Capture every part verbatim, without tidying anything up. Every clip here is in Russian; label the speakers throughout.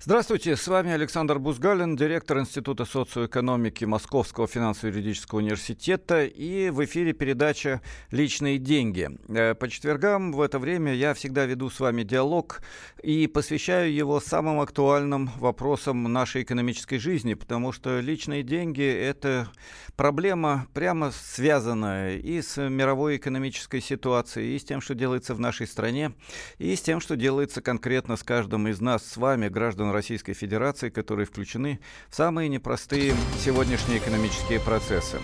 Speaker 1: Здравствуйте, с вами Александр Бузгалин, директор Института социоэкономики Московского финансово-юридического университета, и в эфире передача «Личные деньги». По четвергам в это время я всегда веду с вами диалог и посвящаю его самым актуальным вопросам нашей экономической жизни, потому что личные деньги – это проблема, прямо связанная и с мировой экономической ситуацией, и с тем, что делается в нашей стране, и с тем, что делается конкретно с каждым из нас, с вами, граждан Российской Федерации, которые включены в самые непростые сегодняшние экономические процессы.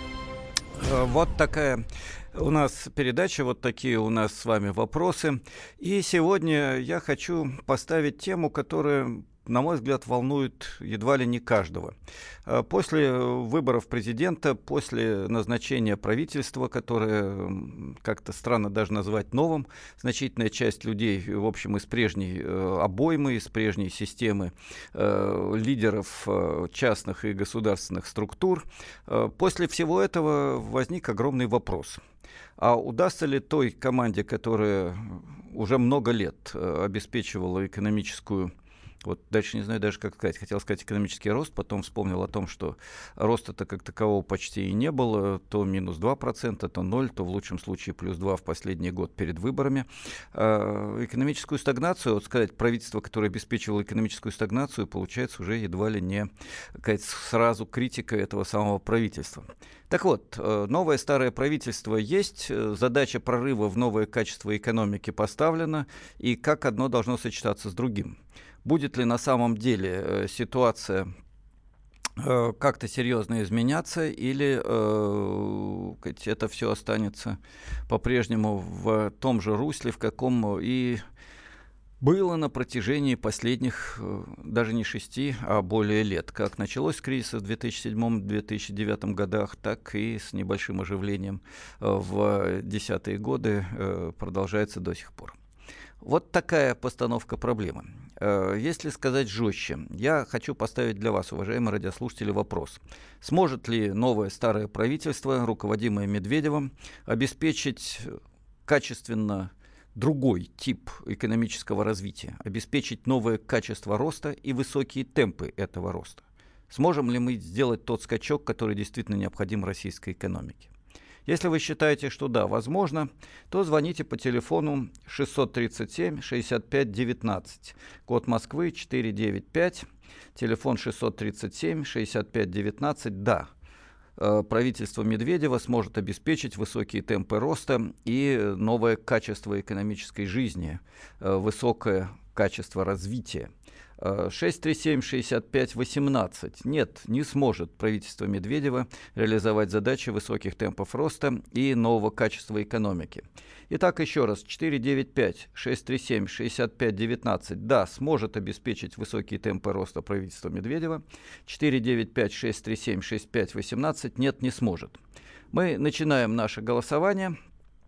Speaker 1: Вот такая у нас передача, вот такие у нас с вами вопросы. И сегодня я хочу поставить тему, которая, на мой взгляд, волнует едва ли не каждого. После выборов президента, после назначения правительства, которое как-то странно даже назвать новым, значительная часть людей, в общем, из прежней обоймы, из прежней системы лидеров частных и государственных структур, после всего этого возник огромный вопрос. А удастся ли той команде, которая уже много лет обеспечивала экономическую, вот дальше не знаю даже, как сказать. Хотел сказать экономический рост, потом вспомнил о том, что роста-то как такового почти и не было. То минус два процента, то ноль, то в лучшем случае плюс два в последний год перед выборами. Э, экономическую стагнацию, вот сказать, правительство, которое обеспечивало экономическую стагнацию, получается уже едва ли не сказать, сразу критика этого самого правительства. Так вот, э, новое старое правительство есть, э, задача прорыва в новое качество экономики поставлена, и как одно должно сочетаться с другим. Будет ли на самом деле э, ситуация э, как-то серьезно изменяться, или э, это все останется по-прежнему в том же русле, в каком и было на протяжении последних э, даже не шести, а более лет. Как началось с кризиса в две тысячи седьмом — две тысячи девятом годах, так и с небольшим оживлением э, в десятые годы э, продолжается до сих пор. Вот такая постановка проблемы. Если сказать жестче, я хочу поставить для вас, уважаемые радиослушатели, вопрос. Сможет ли новое старое правительство, руководимое Медведевым, обеспечить качественно другой тип экономического развития, обеспечить новое качество роста и высокие темпы этого роста? Сможем ли мы сделать тот скачок, который действительно необходим российской экономике? Если вы считаете, что да, возможно, то звоните по телефону шестьсот тридцать семь шестьдесят пять девятнадцать, код Москвы четыре девять пять, телефон шестьсот тридцать семь шестьдесят пять девятнадцать. Да, правительство Медведева сможет обеспечить высокие темпы роста и новое качество экономической жизни, высокое качество развития. шесть три семь шестьдесят пять восемнадцать. Нет, не сможет правительство Медведева реализовать задачи высоких темпов роста и нового качества экономики. Итак, еще раз, четыре девять пять шесть три семь шестьдесят пять девятнадцать. Да, сможет обеспечить высокие темпы роста правительства Медведева. четыре девять пять шесть три семь шесть пять восемнадцать. Нет, не сможет. Мы начинаем наше голосование.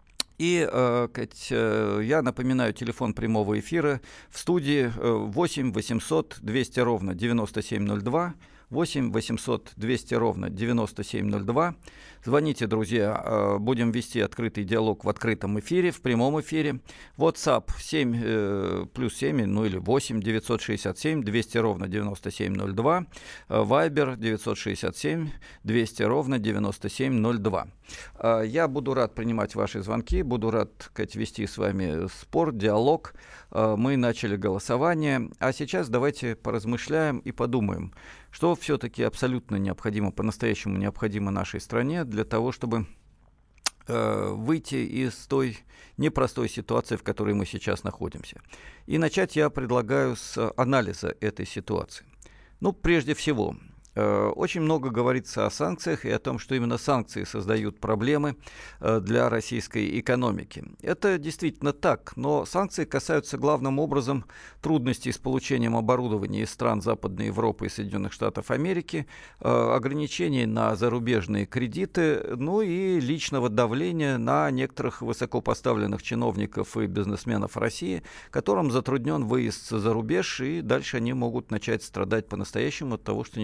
Speaker 1: И э, э, я напоминаю, телефон прямого эфира в студии э, восемь восемьсот двести ровно девяносто семь ноль два, восемь восемьсот двести ровно девяносто семь ноль два. Звоните, друзья, э, будем вести открытый диалог в открытом эфире, в прямом эфире. WhatsApp семь э, плюс семь, ну или восемь девятьсот шестьдесят семь двести ровно девяносто семь ноль два. Э, Viber девятьсот шестьдесят семь двести ровно девяносто семь ноль два. Э, я буду рад принимать ваши звонки, буду рад, сказать, вести с вами спор, диалог. Э, мы начали голосование, а сейчас давайте поразмышляем и подумаем, что все-таки абсолютно необходимо, по-настоящему необходимо нашей стране для того, чтобы э, выйти из той непростой ситуации, в которой мы сейчас находимся. И начать я предлагаю с анализа этой ситуации. Ну, прежде всего, э, очень много говорится о санкциях и о том, что именно санкции создают проблемы э, для российской экономики. Это действительно так, но санкции касаются главным образом трудностей с получением оборудования из стран Западной Европы и Соединенных Штатов Америки, э, ограничений на зарубежные кредиты, ну и личного давления на некоторых высокопоставленных чиновников и бизнесменов России, которым затруднен выезд за рубеж, и дальше они могут начать страдать по-настоящему от того, что не могут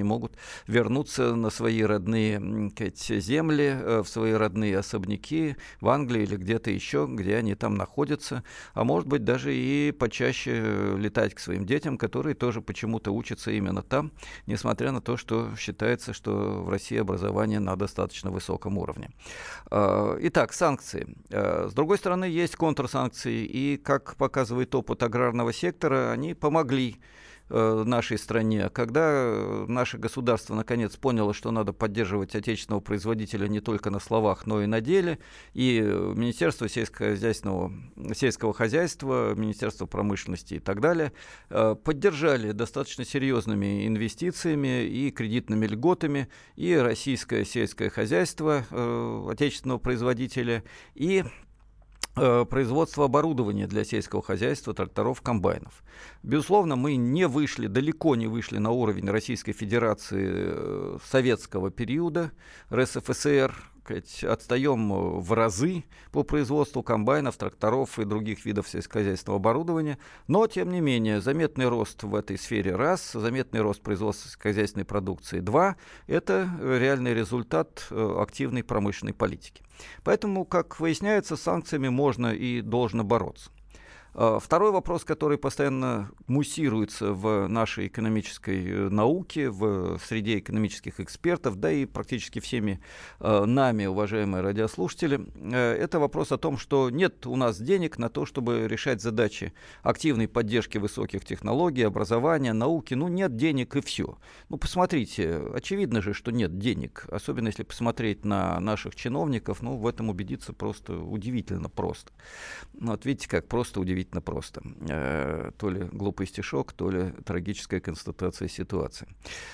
Speaker 1: вернуться на свои родные сказать, земли, в свои родные особняки в Англии или где-то еще, где они там находятся, а может быть даже и почаще летать к своим детям, которые тоже почему-то учатся именно там, несмотря на то, что считается, что в России образование на достаточно высоком уровне. Итак, санкции. С другой стороны, есть контрсанкции, и, как показывает опыт аграрного сектора, они помогли нашей стране. Когда наше государство наконец поняло, что надо поддерживать отечественного производителя не только на словах, но и на деле, и Министерство сельскохозяйственного, сельского хозяйства, Министерство промышленности и так далее поддержали достаточно серьезными инвестициями и кредитными льготами и российское сельское хозяйство отечественного производителя, и производство оборудования для сельского хозяйства, тракторов, комбайнов. Безусловно, мы не вышли, далеко не вышли на уровень Российской Федерации советского периода, РСФСР, отстаем в разы по производству комбайнов, тракторов и других видов сельскохозяйственного оборудования, но, тем не менее, заметный рост в этой сфере раз, заметный рост производства сельскохозяйственной продукции два, это реальный результат активной промышленной политики. Поэтому, как выясняется, с санкциями можно и должно бороться. Второй вопрос, который постоянно муссируется в нашей экономической науке, в среде экономических экспертов, да и практически всеми э, нами, уважаемые радиослушатели, э, это вопрос о том, что нет у нас денег на то, чтобы решать задачи активной поддержки высоких технологий, образования, науки. Ну, нет денег и все. Ну, посмотрите, очевидно же, что нет денег, особенно если посмотреть на наших чиновников, ну, в этом убедиться просто удивительно просто. Ну, вот видите, как просто удивительно просто. Э, то ли глупый стишок, то ли трагическая констатация ситуации.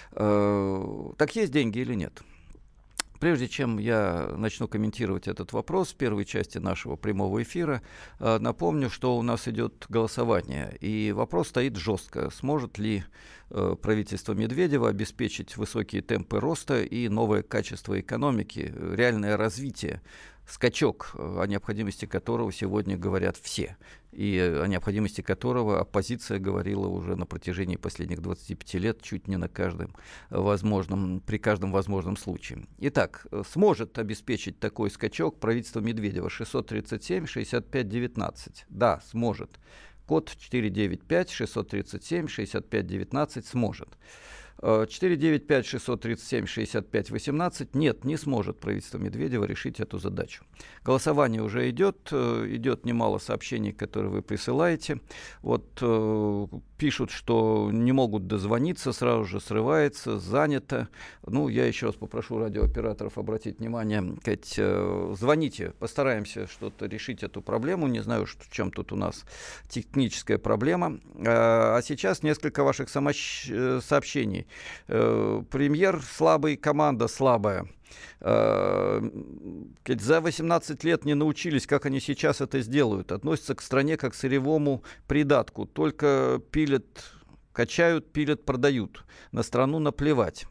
Speaker 1: Э, так есть деньги или нет? Прежде чем я начну комментировать этот вопрос в первой части нашего прямого эфира, э, напомню, что у нас идет голосование, и вопрос стоит жестко. Сможет ли э, правительство Медведева обеспечить высокие темпы роста и новое качество экономики, реальное развитие, скачок, о необходимости которого сегодня говорят все, и о необходимости которого оппозиция говорила уже на протяжении последних двадцати пяти лет чуть не на каждом возможном, при каждом возможном случае. Итак, сможет обеспечить такой скачок правительство Медведева? Шестьсот тридцать семь шестьдесят пять девятнадцать. Да, сможет. Код четыре девять пять шестьсот тридцать семь шестьдесят пять девятнадцать сможет. четыре девять пять шестьсот тридцать семь шестьдесят пять восемнадцать. Нет, не сможет правительство Медведева решить эту задачу. Голосование уже идет, идет немало сообщений, которые вы присылаете. Вот э, пишут, что не могут дозвониться, сразу же срывается, занято. Ну, я еще раз попрошу радиооператоров обратить внимание, сказать, э, звоните, постараемся что-то решить эту проблему. Не знаю, что, в чем тут у нас техническая проблема. А, а сейчас несколько ваших самощ- сообщений. Премьер слабый, команда слабая. За восемнадцать лет не научились, как они сейчас это сделают. Относятся к стране как к сырьевому придатку. Только пилят, качают, пилят, продают. На страну наплевать.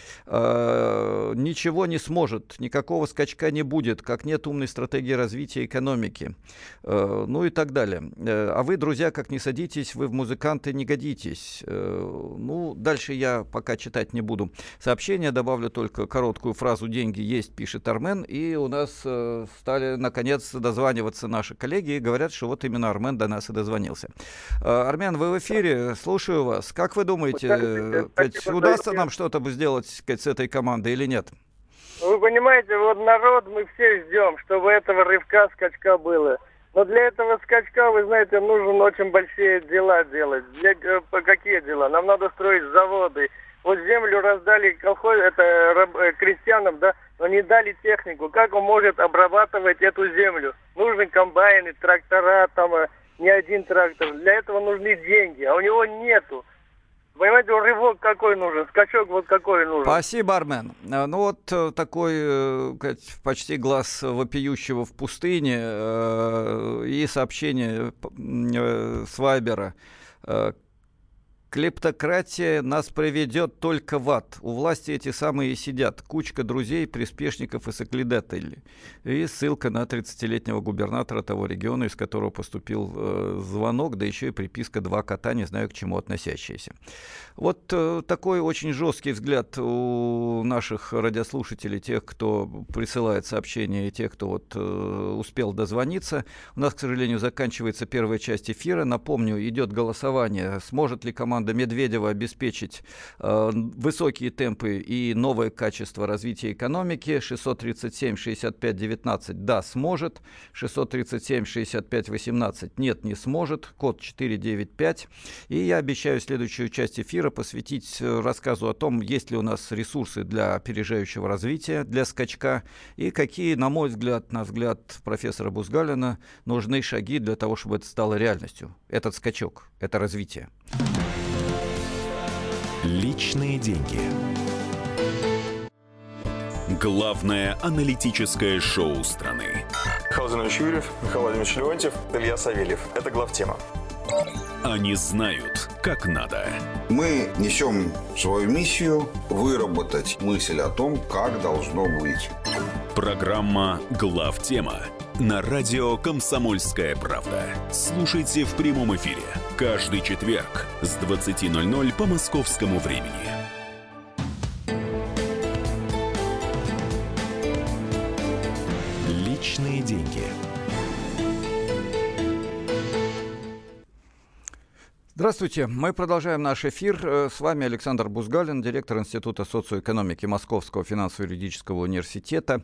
Speaker 1: Uh, ничего не сможет, никакого скачка не будет, как нет умной стратегии развития экономики, uh, ну и так далее. Uh, а вы, друзья, как не садитесь, вы в музыканты не годитесь. Uh, ну, дальше я пока читать не буду сообщения, добавлю только короткую фразу «деньги есть», пишет Армен, и у нас uh, стали, наконец, дозваниваться наши коллеги и говорят, что вот именно Армен до нас и дозвонился. Uh, Армен, вы в эфире, слушаю вас. Как вы думаете, uh, удастся нам что-то бы сделать с этой командой или нет?
Speaker 2: Вы понимаете, вот народ мы все ждем, чтобы этого рывка, скачка было. Но для этого скачка, вы знаете, нужно очень большие дела делать. Для, какие дела? Нам надо строить заводы. Вот землю раздали колхоз, это раб, крестьянам, да, но не дали технику. Как он может обрабатывать эту землю? Нужны комбайны, трактора, там не один трактор. Для этого нужны деньги, а у него нету. Понимаете, рывок какой нужен, скачок вот какой нужен.
Speaker 1: Спасибо, Армен. Ну вот такой почти глаз вопиющего в пустыне и сообщение с Вайбера. Клептократия нас приведет только в ад. У власти эти самые сидят. Кучка друзей, приспешников и соглядателей. И ссылка на тридцатилетнего губернатора того региона, из которого поступил э, звонок, да еще и приписка «два кота», не знаю к чему относящиеся. Вот э, такой очень жесткий взгляд у наших радиослушателей, тех, кто присылает сообщения, и тех, кто вот, э, успел дозвониться. У нас, к сожалению, заканчивается первая часть эфира. Напомню, идет голосование, сможет ли команда Медведева обеспечить э, высокие темпы и новое качество развития экономики. шестьсот тридцать семь шестьдесят пять девятнадцать да, сможет. шестьсот тридцать семь шестьдесят пять восемнадцать нет, не сможет. Код четыре девять пять. И я обещаю следующую часть эфира посвятить рассказу о том, есть ли у нас ресурсы для опережающего развития, для скачка, и какие, на мой взгляд, на взгляд профессора Бузгалина, нужны шаги для того, чтобы это стало реальностью. Этот скачок, это развитие.
Speaker 3: Личные деньги. Главное аналитическое шоу страны.
Speaker 4: Михаил Зинович Юрьев, Михаил Владимирович Леонтьев, Илья Савельев. Это главтема.
Speaker 3: Они знают, как надо.
Speaker 5: Мы несем свою миссию выработать мысль о том, как должно быть.
Speaker 3: Программа «Главтема» на радио «Комсомольская правда». Слушайте в прямом эфире каждый четверг с двадцати ноль-ноль по московскому времени. Личные деньги.
Speaker 1: Здравствуйте. Мы продолжаем наш эфир. С вами Александр Бузгалин, директор Института социоэкономики Московского финансово-юридического университета.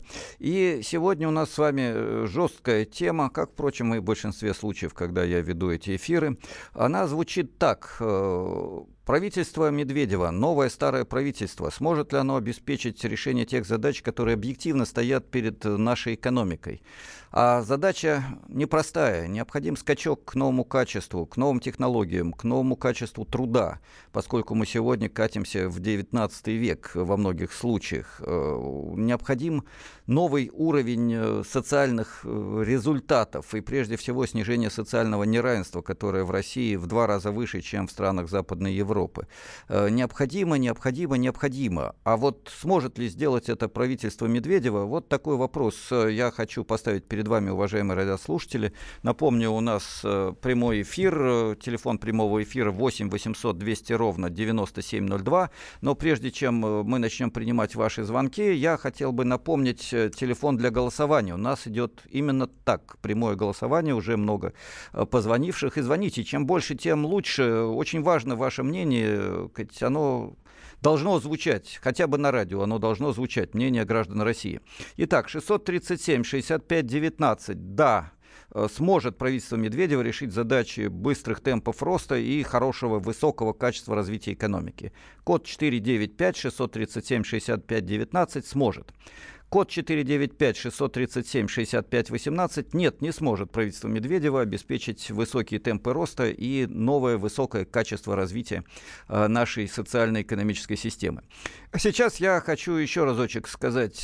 Speaker 1: И сегодня у нас с вами жесткая тема, как, впрочем, и в большинстве случаев, когда я веду эти эфиры. Она звучит так. Правительство Медведева, новое старое правительство, сможет ли оно обеспечить решение тех задач, которые объективно стоят перед нашей экономикой? А задача непростая. Необходим скачок к новому качеству, к новым технологиям, к новому качеству труда, поскольку мы сегодня катимся в девятнадцатый век во многих случаях. Необходим новый уровень социальных результатов и, прежде всего, снижение социального неравенства, которое в России в два раза выше, чем в странах Западной Европы. Необходимо, необходимо, необходимо. А вот сможет ли сделать это правительство Медведева? Вот такой вопрос я хочу поставить перед вами, уважаемые радиослушатели. Напомню, у нас прямой эфир, телефон прямого эфира восемь восемьсот двести ровно девяносто семь ноль два. Но прежде чем мы начнем принимать ваши звонки, я хотел бы напомнить телефон для голосования. У нас идет именно так, прямое голосование, уже много позвонивших. И звоните, чем больше, тем лучше. Очень важно ваше мнение, оно должно звучать, хотя бы на радио оно должно звучать, мнение граждан России. Итак, шестьсот тридцать семь шестьдесят пять девятнадцать, да, сможет правительство Медведева решить задачи быстрых темпов роста и хорошего, высокого качества развития экономики. Код четыре девять пять шестьсот тридцать семь шестьдесят пять девятнадцать сможет. Код четыре девять пять шестьсот тридцать семь шестьдесят пять восемнадцать нет, не сможет правительство Медведева обеспечить высокие темпы роста и новое высокое качество развития э, нашей социально-экономической системы. Сейчас я хочу еще разочек сказать,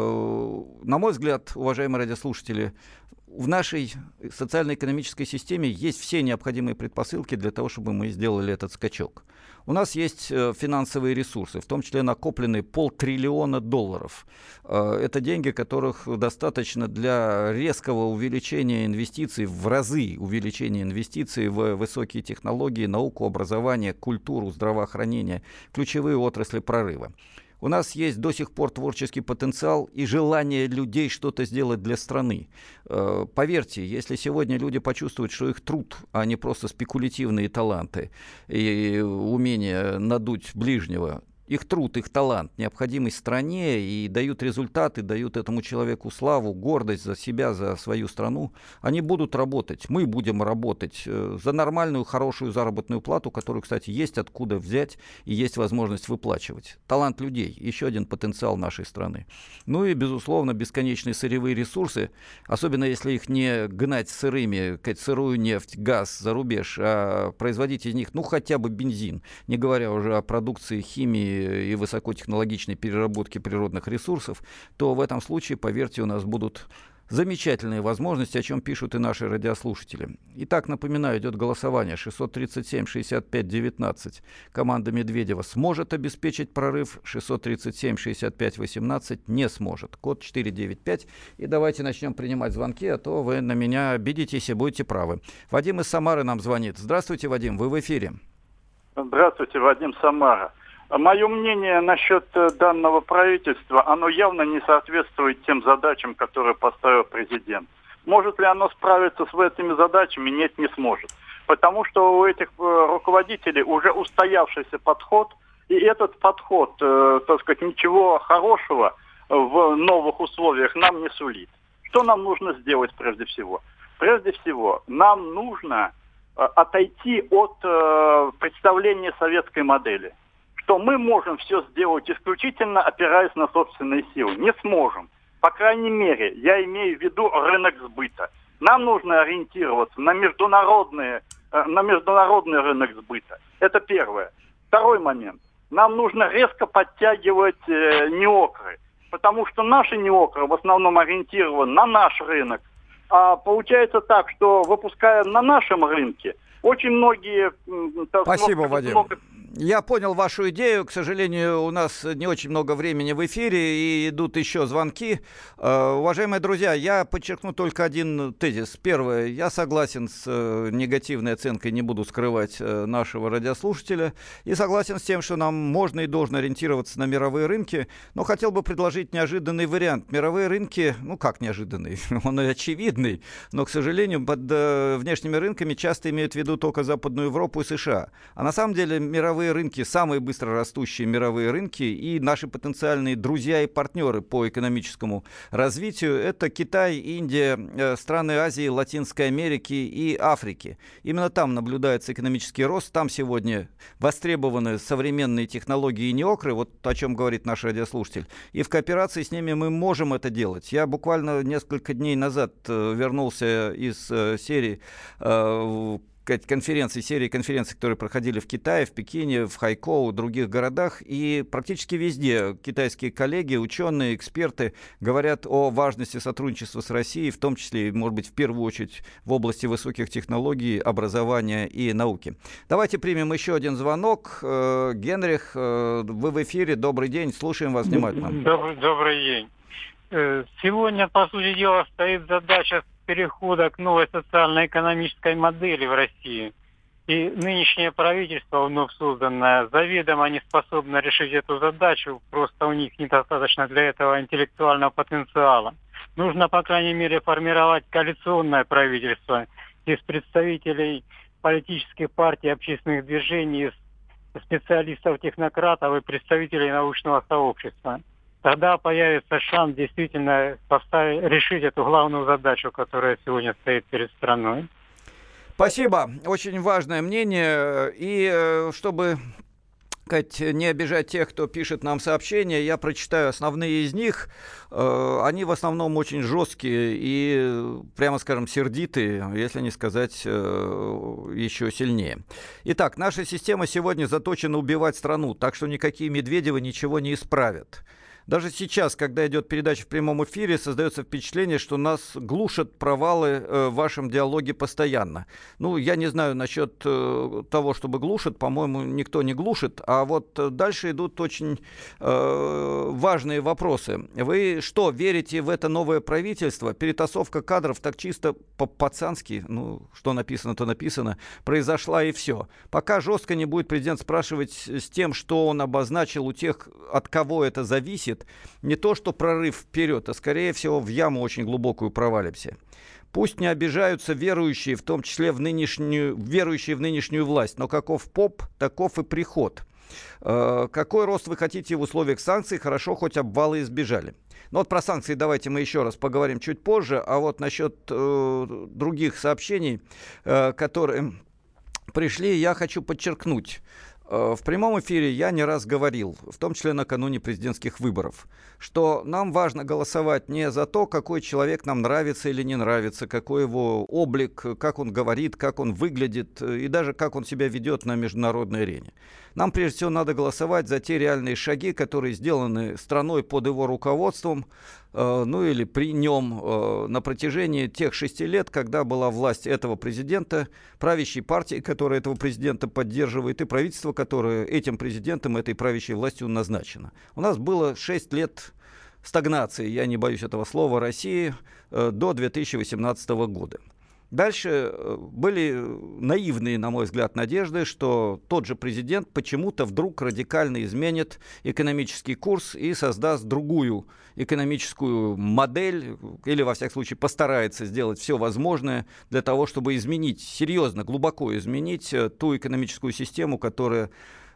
Speaker 1: э, на мой взгляд, уважаемые радиослушатели, в нашей социально-экономической системе есть все необходимые предпосылки для того, чтобы мы сделали этот скачок. У нас есть финансовые ресурсы, в том числе накопленные полтриллиона долларов. Это деньги, которых достаточно для резкого увеличения инвестиций, в разы увеличения инвестиций в высокие технологии, науку, образование, культуру, здравоохранение, ключевые отрасли прорыва. У нас есть до сих пор творческий потенциал и желание людей что-то сделать для страны. Поверьте, если сегодня люди почувствуют, что их труд, а не просто спекулятивные таланты и умение надуть ближнего, их труд, их талант необходимый стране и дают результаты, дают этому человеку славу, гордость за себя, за свою страну, они будут работать, мы будем работать за нормальную, хорошую заработную плату, которую, кстати, есть откуда взять и есть возможность выплачивать. Талант людей, еще один потенциал нашей страны. Ну и, безусловно, бесконечные сырьевые ресурсы, особенно если их не гнать сырыми, как сырую нефть, газ за рубеж, а производить из них, ну, хотя бы бензин, не говоря уже о продукции химии и высокотехнологичной переработки природных ресурсов, то в этом случае, поверьте, у нас будут замечательные возможности, о чем пишут и наши радиослушатели. Итак, напоминаю, идет голосование шестьсот тридцать семь шестьдесят пять девятнадцать. Команда Медведева сможет обеспечить прорыв, шестьсот тридцать семь шестьдесят пять восемнадцать не сможет. Код четыреста девяносто пять. И давайте начнем принимать звонки, а то вы на меня обидитесь и будете правы. Вадим из Самары нам звонит. Здравствуйте, Вадим, вы в эфире.
Speaker 6: Здравствуйте, Вадим, Самара. Мое мнение насчет данного правительства, оно явно не соответствует тем задачам, которые поставил президент. Может ли оно справиться с этими задачами? Нет, не сможет. Потому что у этих руководителей уже устоявшийся подход, и этот подход, э, так сказать, ничего хорошего в новых условиях нам не сулит. Что нам нужно сделать прежде всего? Прежде всего, нам нужно э, отойти от э, представления советской модели. Что мы можем все сделать исключительно опираясь на собственные силы. Не сможем. По крайней мере, я имею в виду рынок сбыта. Нам нужно ориентироваться на международные, на международный рынок сбыта. Это первое. Второй момент. Нам нужно резко подтягивать э, неокры. Потому что наши неокры в основном ориентированы на наш рынок. А получается так, что выпуская на нашем рынке, очень многие...
Speaker 1: Так, Спасибо, много, Вадим. Много... Я понял вашу идею. К сожалению, у нас не очень много времени в эфире и идут еще звонки. Uh, уважаемые друзья, я подчеркну только один тезис. Первое. Я согласен с uh, негативной оценкой, не буду скрывать, uh, нашего радиослушателя. И согласен с тем, что нам можно и должно ориентироваться на мировые рынки. Но хотел бы предложить неожиданный вариант. Мировые рынки, ну как неожиданный? Он очевидный. Но, к сожалению, под uh, внешними рынками часто имеют в виду только Западную Европу и США. А на самом деле мировые рынки, самые быстро растущие мировые рынки и наши потенциальные друзья и партнеры по экономическому развитию — это Китай, Индия, страны Азии, Латинской Америки и Африки. Именно там наблюдается экономический рост, там сегодня востребованы современные технологии и неокры, вот о чем говорит наш радиослушатель, и в кооперации с ними мы можем это делать. Я буквально несколько дней назад вернулся из серии конференций, серии конференций, которые проходили в Китае, в Пекине, в Хайкоу, в других городах. И практически везде китайские коллеги, ученые, эксперты говорят о важности сотрудничества с Россией, в том числе, может быть, в первую очередь в области высоких технологий, образования и науки. Давайте примем еще один звонок. Генрих, вы в эфире. Добрый день. Слушаем вас внимательно.
Speaker 7: Добрый, добрый день. Сегодня, по сути дела, стоит задача перехода к новой социально-экономической модели в России. И нынешнее правительство, вновь созданное, заведомо не способно решить эту задачу, просто у них недостаточно для этого интеллектуального потенциала. Нужно, по крайней мере, формировать коалиционное правительство из представителей политических партий, общественных движений, специалистов-технократов и представителей научного сообщества. Тогда появится шанс действительно поставить, решить эту главную задачу, которая сегодня стоит перед страной.
Speaker 1: Спасибо. Очень важное мнение. И чтобы не обижать тех, кто пишет нам сообщения, я прочитаю основные из них. Они в основном очень жесткие и, прямо скажем, сердитые, если не сказать еще сильнее. Итак, наша система сегодня заточена убивать страну, так что никакие Медведевы ничего не исправят. Даже сейчас, когда идет передача в прямом эфире, создается впечатление, что нас глушат провалы э, в вашем диалоге постоянно. Ну, я не знаю насчет э, того, чтобы глушат, по-моему, никто не глушит. А вот дальше идут очень э, важные вопросы. Вы что, верите в это новое правительство? Перетасовка кадров так чисто по-пацански, ну, что написано, то написано, произошла и все. Пока жестко не будет президент спрашивать с тем, что он обозначил у тех, от кого это зависит, не то что прорыв вперед, а скорее всего в яму очень глубокую провалимся. Пусть не обижаются верующие, в том числе в нынешнюю, верующие в нынешнюю власть, но каков поп, таков и приход. Э, какой рост вы хотите в условиях санкций? Хорошо, хоть обвалы избежали. Но вот про санкции давайте мы еще раз поговорим чуть позже, а вот насчет э, других сообщений, э, которые пришли, я хочу подчеркнуть. В прямом эфире я не раз говорил, в том числе накануне президентских выборов, что нам важно голосовать не за то, какой человек нам нравится или не нравится, какой его облик, как он говорит, как он выглядит и даже как он себя ведет на международной арене. Нам прежде всего надо голосовать за те реальные шаги, которые сделаны страной под его руководством, э, ну или при нем э, на протяжении тех шести лет, когда была власть этого президента, правящей партии, которая этого президента поддерживает, и правительство, которое этим президентом, этой правящей властью назначено. У нас было шесть лет стагнации, я не боюсь этого слова, России э, до две тысячи восемнадцатого года. Дальше были наивные, на мой взгляд, надежды, что тот же президент почему-то вдруг радикально изменит экономический курс и создаст другую экономическую модель, или, во всяком случае, постарается сделать все возможное для того, чтобы изменить, серьезно, глубоко изменить ту экономическую систему, которая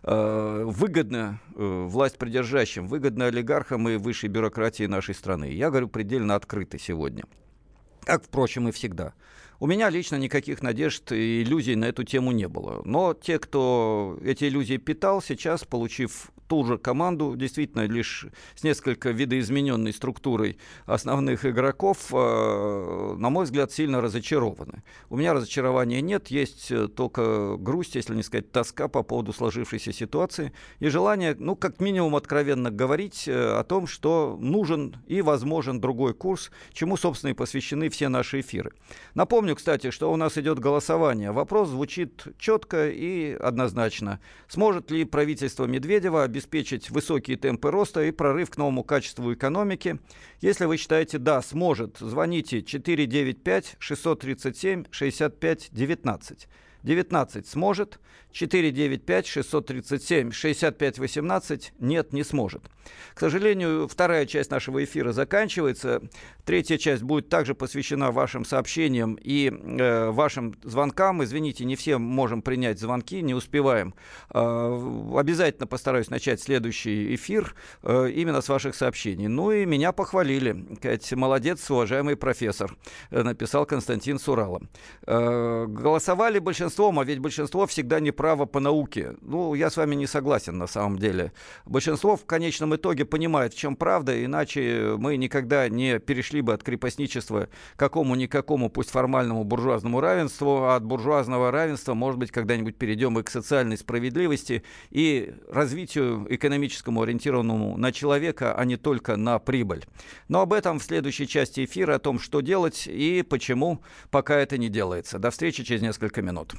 Speaker 1: выгодно власть придержащим, выгодно олигархам и высшей бюрократии нашей страны. Я говорю предельно открыто сегодня. Как, впрочем, и всегда. У меня лично никаких надежд и иллюзий на эту тему не было. Но те, кто эти иллюзии питал, сейчас, получив ту же команду, действительно лишь с несколько видоизмененной структурой основных игроков, э, на мой взгляд, сильно разочарованы. У меня разочарования нет, есть только грусть, если не сказать тоска по поводу сложившейся ситуации и желание, ну, как минимум, откровенно говорить э, о том, что нужен и возможен другой курс, чему, собственно, и посвящены все наши эфиры. Напомню, кстати, что у нас идет голосование. Вопрос звучит четко и однозначно. Сможет ли правительство Медведева обеспечить высокие темпы роста и прорыв к новому качеству экономики? Если вы считаете «да, сможет», звоните четыре девять пять шестьсот тридцать семь шестьдесят пять девятнадцать. девятнадцать сможет, четыре девять пять шестьсот тридцать семь шестьдесят пять восемнадцать нет, не сможет. К сожалению, вторая часть нашего эфира заканчивается. Третья часть будет также посвящена вашим сообщениям и э, вашим звонкам. Извините, не все можем принять звонки, не успеваем. Э, обязательно постараюсь начать следующий эфир э, именно с ваших сообщений. Ну и меня похвалили. Сказать, молодец, уважаемый профессор, э, написал Константин Сурало. Э, голосовали большинством, а ведь большинство всегда неправо по науке. Ну, я с вами не согласен на самом деле. Большинство в конечном итоге понимает, в чем правда, иначе мы никогда не перешли бы от крепостничества к какому-никакому, пусть формальному буржуазному равенству, а от буржуазного равенства, может быть, когда-нибудь перейдем и к социальной справедливости и развитию экономическому, ориентированному на человека, а не только на прибыль. Но об этом в следующей части эфира, о том, что делать и почему пока это не делается. До встречи через несколько минут.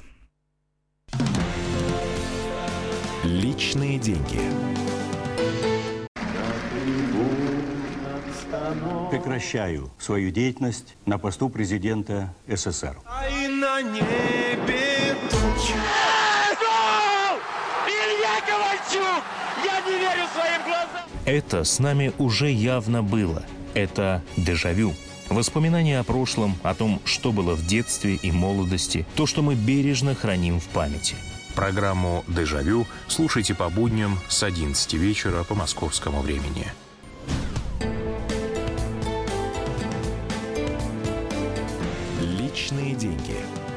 Speaker 3: Личные деньги.
Speaker 8: Прекращаю свою деятельность на посту президента СССР.
Speaker 9: А и на небе тучи. Илья Ковальчук! Я не верю своим глазам!
Speaker 10: Это с нами уже явно было. Это дежавю. Воспоминания о прошлом, о том, что было в детстве и молодости, то, что мы бережно храним в памяти.
Speaker 11: Программу «Дежавю» слушайте по будням с одиннадцати вечера по московскому времени.
Speaker 3: Личные деньги.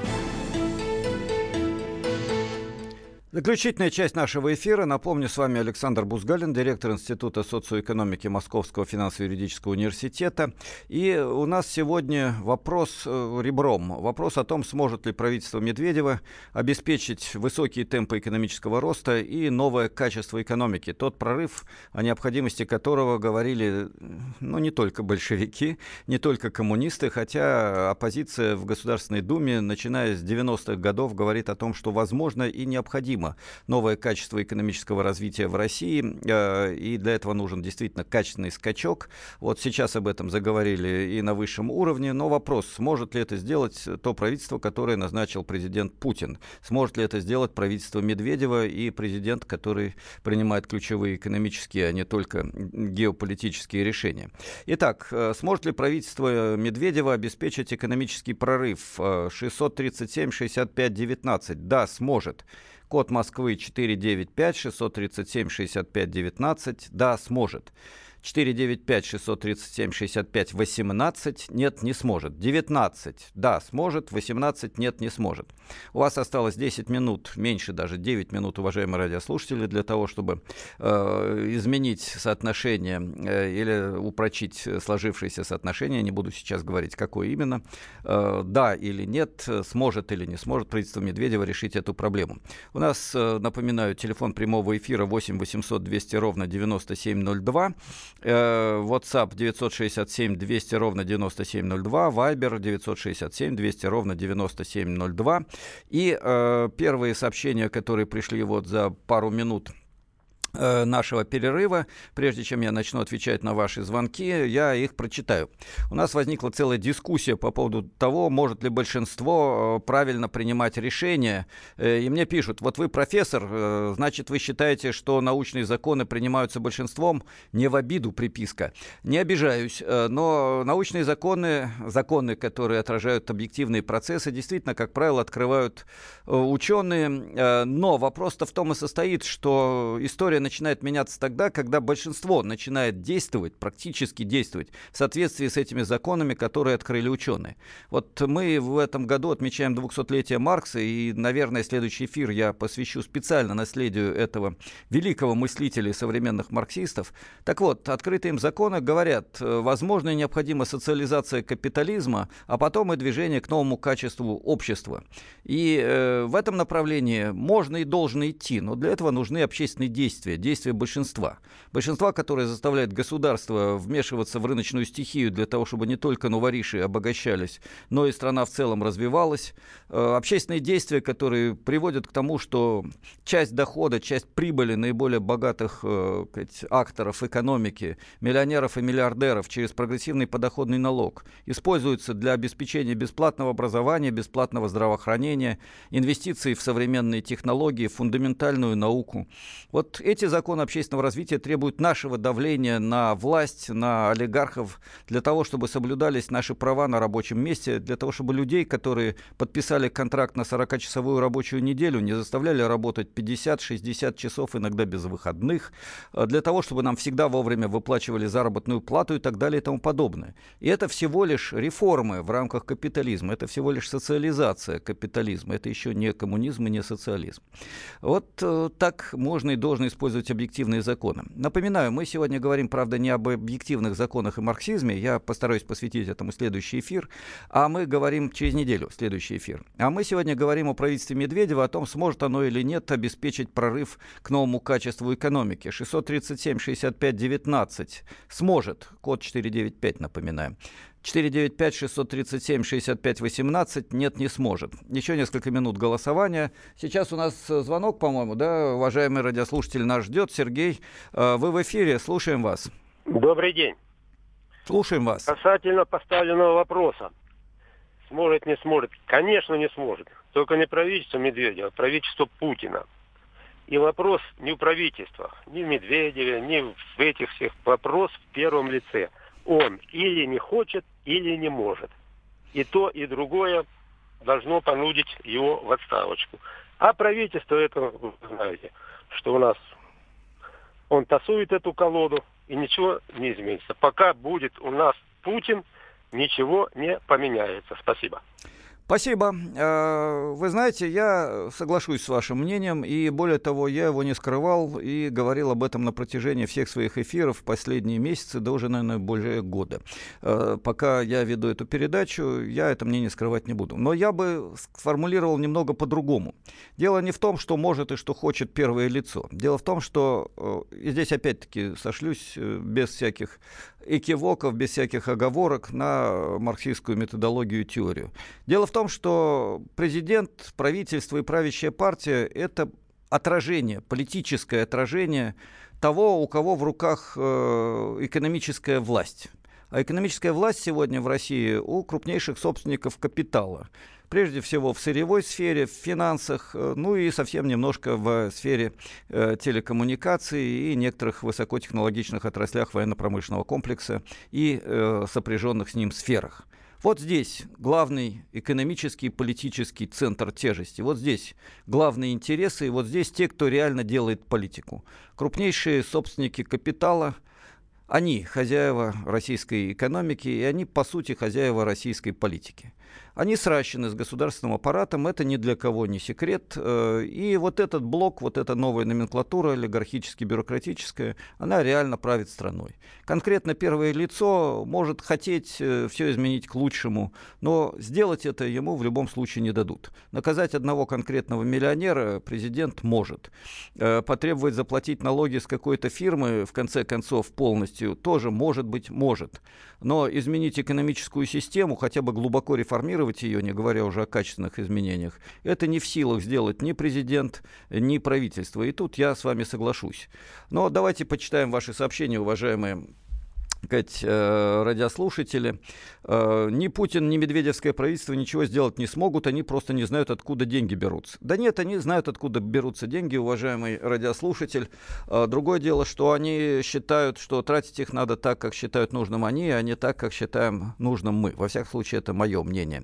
Speaker 1: Заключительная часть нашего эфира. Напомню, с вами Александр Бузгалин, директор Института социоэкономики Московского финансово-юридического университета. И у нас сегодня вопрос ребром. Вопрос о том, сможет ли правительство Медведева обеспечить высокие темпы экономического роста и новое качество экономики. Тот прорыв, о необходимости которого говорили, ну, не только большевики, не только коммунисты, хотя оппозиция в Государственной Думе, начиная с девяностых годов, говорит о том, что возможно и необходимо новое качество экономического развития в России, и для этого нужен действительно качественный скачок. Вот сейчас об этом заговорили и на высшем уровне, но вопрос, сможет ли это сделать то правительство, которое назначил президент Путин? Сможет ли это сделать правительство Медведева и президент, который принимает ключевые экономические, а не только геополитические решения? Итак, сможет ли правительство Медведева обеспечить экономический прорыв? шестьсот тридцать семь шестьдесят пять девятнадцать. Да, сможет. Код Москвы четыре девять пять шестьсот тридцать семь шестьдесят пять девятнадцать. Да, сможет. четыре девять пять шестьсот тридцать семь шестьдесят пять восемнадцать. Нет, не сможет. девятнадцать. Да, сможет. восемнадцать. Нет, не сможет. У вас осталось десять минут, меньше даже девять минут, уважаемые радиослушатели, для того, чтобы э, изменить соотношение э, или упрочить сложившееся соотношение. Не буду сейчас говорить, какое именно. Э, да или нет, сможет или не сможет правительство Медведева решить эту проблему. У нас, э, напоминаю, телефон прямого эфира восемь восемьсот двести ровно девяносто семь ноль два. WhatsApp девятьсот шестьдесят семь двести ровно девяносто семь ноль два, Viber девятьсот шестьдесят семь двести ровно девяносто семь ноль два. И э, первые сообщения, которые пришли вот за пару минут нашего перерыва, прежде чем я начну отвечать на ваши звонки, я их прочитаю. У нас возникла целая дискуссия по поводу того, может ли большинство правильно принимать решения. И мне пишут: вот вы профессор, значит, вы считаете, что научные законы принимаются большинством? Не в обиду приписка. Не обижаюсь, но научные законы, законы, которые отражают объективные процессы, действительно, как правило, открывают ученые. Но вопрос-то в том и состоит, что история начинает меняться тогда, когда большинство начинает действовать, практически действовать в соответствии с этими законами, которые открыли ученые. Вот мы в этом году отмечаем двухсотлетие Маркса, и, наверное, следующий эфир я посвящу специально наследию этого великого мыслителя и современных марксистов. Так вот, открытые им законы говорят: возможно и необходима социализация капитализма, а потом и движение к новому качеству общества. И э, в этом направлении можно и должно идти, но для этого нужны общественные действия. Действия большинства. Большинства, которое заставляет государство вмешиваться в рыночную стихию для того, чтобы не только новориши обогащались, но и страна в целом развивалась. Общественные действия, которые приводят к тому, что часть дохода, часть прибыли наиболее богатых э, акторов экономики, миллионеров и миллиардеров через прогрессивный подоходный налог используется для обеспечения бесплатного образования, бесплатного здравоохранения, инвестиций в современные технологии, в фундаментальную науку. Вот эти законы общественного развития требуют нашего давления на власть, на олигархов, для того, чтобы соблюдались наши права на рабочем месте, для того, чтобы людей, которые подписали контракт на сорокачасовую рабочую неделю, не заставляли работать пятьдесят-шестьдесят часов, иногда без выходных, для того, чтобы нам всегда вовремя выплачивали заработную плату и так далее и тому подобное. И это всего лишь реформы в рамках капитализма, это всего лишь социализация капитализма, это еще не коммунизм и не социализм. Вот э, так можно и должно использовать объективные законы. Напоминаю, мы сегодня говорим, правда, не об объективных законах и марксизме, я постараюсь посвятить этому следующий эфир, а мы говорим через неделю, следующий эфир. А мы сегодня говорим о правительстве Медведева, о том, сможет оно или нет обеспечить прорыв к новому качеству экономики. шестьсот тридцать семь шестьдесят пять девятнадцать сможет, код четыре девять пять, напоминаем. четыре девять пять шестьсот тридцать семь шестьдесят пять восемнадцать, нет, не сможет. Еще несколько минут голосования. Сейчас у нас звонок, по-моему, да, уважаемый радиослушатель нас ждет. Сергей, вы в эфире, слушаем вас.
Speaker 12: Добрый день.
Speaker 1: Слушаем вас.
Speaker 12: Касательно поставленного вопроса. Сможет, не сможет? Конечно, не сможет. Только не правительство Медведева, а правительство Путина. И вопрос не в правительствах, ни в Медведеве, ни в этих всех. Вопрос в первом лице. Он или не хочет, или не может. И то, и другое должно понудить его в отставочку. А правительство, это вы знаете, что у нас он тасует эту колоду, и ничего не изменится. Пока будет у нас Путин, ничего не поменяется. Спасибо.
Speaker 1: Спасибо. Вы знаете, я соглашусь с вашим мнением, и более того, я его не скрывал и говорил об этом на протяжении всех своих эфиров в последние месяцы, да уже, наверное, более года. Пока я веду эту передачу, я это мнение скрывать не буду. Но я бы сформулировал немного по-другому. Дело не в том, что может и что хочет первое лицо. Дело в том, что, и здесь опять-таки сошлюсь без всяких экивоков, без всяких оговорок на марксистскую методологию и теорию. Дело в том, что президент, правительство и правящая партия — это отражение, политическое отражение того, у кого в руках э, экономическая власть. А экономическая власть сегодня в России у крупнейших собственников капитала. Прежде всего в сырьевой сфере, в финансах, ну и совсем немножко в сфере э, телекоммуникаций и некоторых высокотехнологичных отраслях военно-промышленного комплекса и э, сопряженных с ним сферах. Вот здесь главный экономический и политический центр тяжести. Вот здесь главные интересы, и вот здесь те, кто реально делает политику. Крупнейшие собственники капитала, Они хозяева российской экономики, и они, по сути, хозяева российской политики. Они сращены с государственным аппаратом, это ни для кого не секрет. И вот этот блок, вот эта новая номенклатура олигархически-бюрократическая, она реально правит страной. Конкретно первое лицо может хотеть все изменить к лучшему, но сделать это ему в любом случае не дадут. Наказать одного конкретного миллионера президент может. Потребовать заплатить налоги с какой-то фирмы, в конце концов, полностью, тоже, может быть, может. Но изменить экономическую систему, хотя бы глубоко реформировать ее, не говоря уже о качественных изменениях, это не в силах сделать ни президент, ни правительство. И тут я с вами соглашусь. Но давайте почитаем ваши сообщения, уважаемые сказать, радиослушатели. Ни Путин, ни Медведевское правительство ничего сделать не смогут, они просто не знают, откуда деньги берутся. Да нет, они знают, откуда берутся деньги, уважаемый радиослушатель. Другое дело, что они считают, что тратить их надо так, как считают нужным они, а не так, как считаем нужным мы. Во всяком случае, это мое мнение.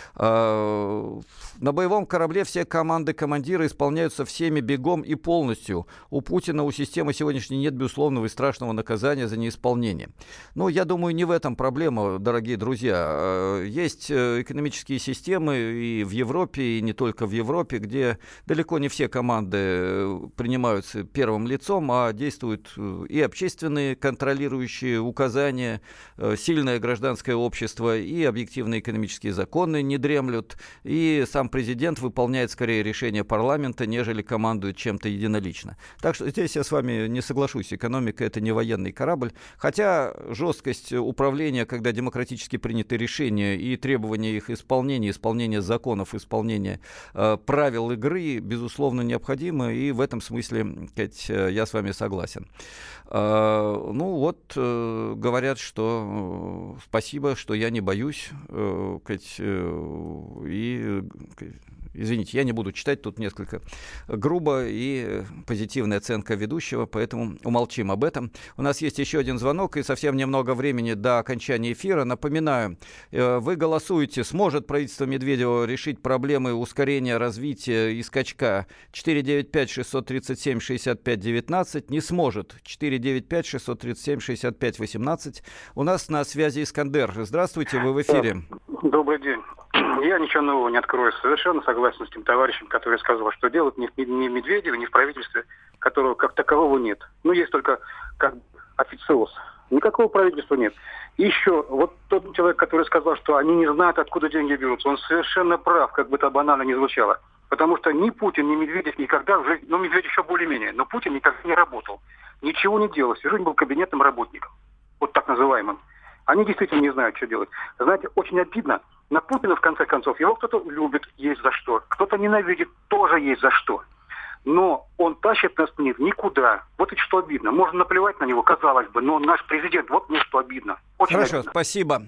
Speaker 1: На боевом корабле все команды командира исполняются всеми бегом и полностью. У Путина, у системы сегодняшней нет безусловного и страшного наказания за неисполнение. Ну, я думаю, не в этом проблема, дорогие друзья. Есть экономические системы и в Европе, и не только в Европе, где далеко не все команды принимаются первым лицом, а действуют и общественные контролирующие указания, сильное гражданское общество, и объективные экономические законы не дремлют, и сам президент выполняет скорее решения парламента, нежели командует чем-то единолично. Так что здесь я с вами не соглашусь. Экономика — это не военный корабль, хотя жесткость управления, когда демократически приняты решения и требования их исполнения, исполнения законов, исполнения э, правил игры, безусловно, необходимо, и в этом смысле, сказать, я с вами согласен. Э, ну вот, э, говорят, что э, спасибо, что я не боюсь, э, сказать, э, и... Извините, я не буду читать, тут несколько грубо и позитивная оценка ведущего, поэтому умолчим об этом. У нас есть еще один звонок, и совсем немного времени до окончания эфира. Напоминаю, вы голосуете, сможет правительство Медведева решить проблемы ускорения развития и скачка. четыре девять пять шестьсот тридцать семь шестьдесят пять девятнадцать, не сможет. четыре девять пять шестьсот тридцать семь шестьдесят пять восемнадцать. У нас на связи Искандер. Здравствуйте, вы в эфире.
Speaker 13: Добрый день. Я ничего нового не открою. Совершенно согласен с тем товарищем, который сказал, что делать ни в Медведеве, ни в правительстве, которого как такового нет. Ну, есть только как официоз. Никакого правительства нет. И еще, вот тот человек, который сказал, что они не знают, откуда деньги берутся, он совершенно прав, как бы это банально ни звучало. Потому что ни Путин, ни Медведев никогда уже, ну, Медведев еще более-менее, но Путин никогда не работал. Ничего не делал. Всю жизнь был кабинетным работником. Вот так называемым. Они действительно не знают, что делать. Знаете, очень обидно. На Путина, в конце концов, его кто-то любит, есть за что. Кто-то ненавидит, тоже есть за что. Но он тащит нас в никуда. Вот и что обидно. Можно наплевать на него, казалось бы, но он наш президент. Вот мне что обидно. Очень
Speaker 1: Хорошо,
Speaker 13: обидно.
Speaker 1: Спасибо.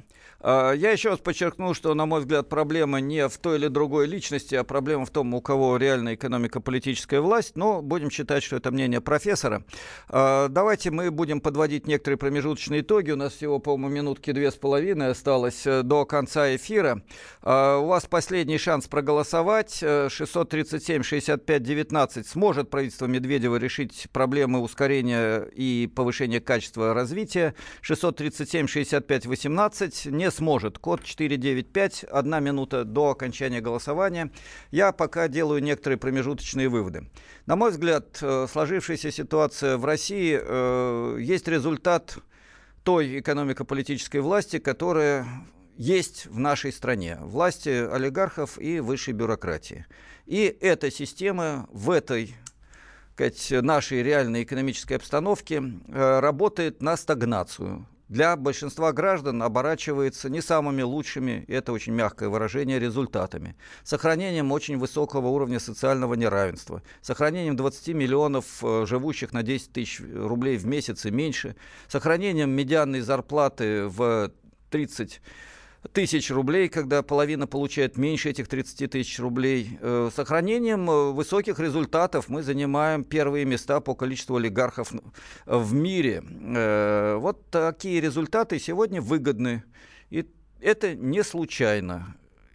Speaker 1: Я еще раз подчеркну, что, на мой взгляд, проблема не в той или другой личности, а проблема в том, у кого реально экономико-политическая власть. Но будем считать, что это мнение профессора. Давайте мы будем подводить некоторые промежуточные итоги. У нас всего, по-моему, минутки две с половиной осталось до конца эфира. У вас последний шанс проголосовать. шестьсот тридцать семь шестьдесят пять девятнадцать. Сможет правительство Медведева решить проблемы ускорения и повышения качества развития? шестьсот тридцать семь шестьдесят пять восемнадцать. Не сможет. Код четыре девять пять, одна минута до окончания голосования. Я пока делаю некоторые промежуточные выводы. На мой взгляд, сложившаяся ситуация в России э, есть результат той экономико-политической власти, которая есть в нашей стране. Власти олигархов и высшей бюрократии. И эта система в этой, сказать, нашей реальной экономической обстановке э, работает на стагнацию. Для большинства граждан оборачивается не самыми лучшими, и это очень мягкое выражение, результатами. Сохранением очень высокого уровня социального неравенства, сохранением двадцати миллионов живущих на десять тысяч рублей в месяц и меньше, сохранением медианной зарплаты в тридцать тысяч рублей, когда половина получает меньше этих тридцати тысяч рублей. Э, сохранением высоких результатов мы занимаем первые места по количеству олигархов в мире. Э, вот такие результаты сегодня выгодны. И это не случайно.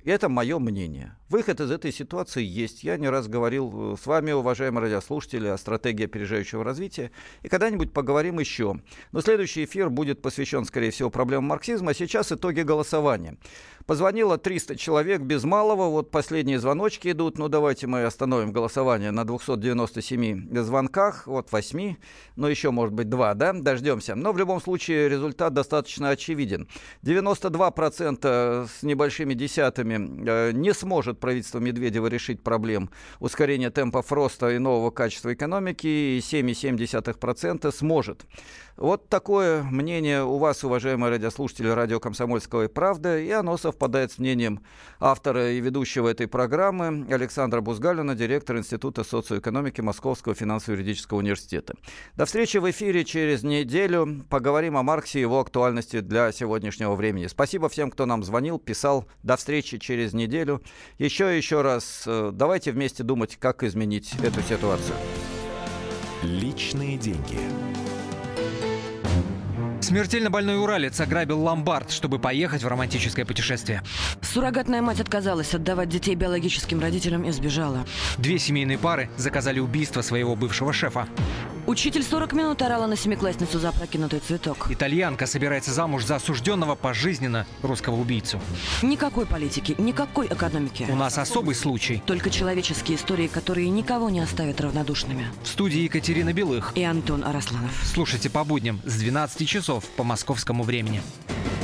Speaker 1: И это мое мнение. Выход из этой ситуации есть. Я не раз говорил с вами, уважаемые радиослушатели, о стратегии опережающего развития. И когда-нибудь поговорим еще. Но следующий эфир будет посвящен, скорее всего, проблемам марксизма. А сейчас итоги голосования. Позвонило триста человек без малого. Вот последние звоночки идут. Ну, давайте мы остановим голосование на двухстах девяноста семи звонках. Вот восьми. Но еще, может быть, два, да? Дождемся. Но в любом случае результат достаточно очевиден. девяносто два процента с небольшими десятыми э, не сможет правительство Медведева решить проблем ускорения темпов роста и нового качества экономики. И семь целых семь десятых процента сможет. Вот такое мнение у вас, уважаемые радиослушатели радио «Комсомольская правда», и оно совпадает с мнением автора и ведущего этой программы Александра Бузгалина, директора Института социоэкономики Московского финансово-юридического университета. До встречи в эфире через неделю. Поговорим о Марксе и его актуальности для сегодняшнего времени. Спасибо всем, кто нам звонил, писал. До встречи через неделю. Еще и еще раз давайте вместе думать, как изменить эту ситуацию.
Speaker 3: Личные деньги.
Speaker 14: Смертельно больной уралец ограбил ломбард, чтобы поехать в романтическое путешествие.
Speaker 15: Суррогатная мать отказалась отдавать детей биологическим родителям и сбежала.
Speaker 14: Две семейные пары заказали убийство своего бывшего шефа.
Speaker 15: Учитель сорок минут орала на семиклассницу за опрокинутый цветок.
Speaker 14: Итальянка собирается замуж за осужденного пожизненно русского убийцу.
Speaker 15: Никакой политики, никакой экономики.
Speaker 14: У нас особый случай.
Speaker 15: Только человеческие истории, которые никого не оставят равнодушными.
Speaker 14: В студии Екатерина Белых
Speaker 15: и Антон Арасланов.
Speaker 14: Слушайте по будням с двенадцати часов по московскому времени.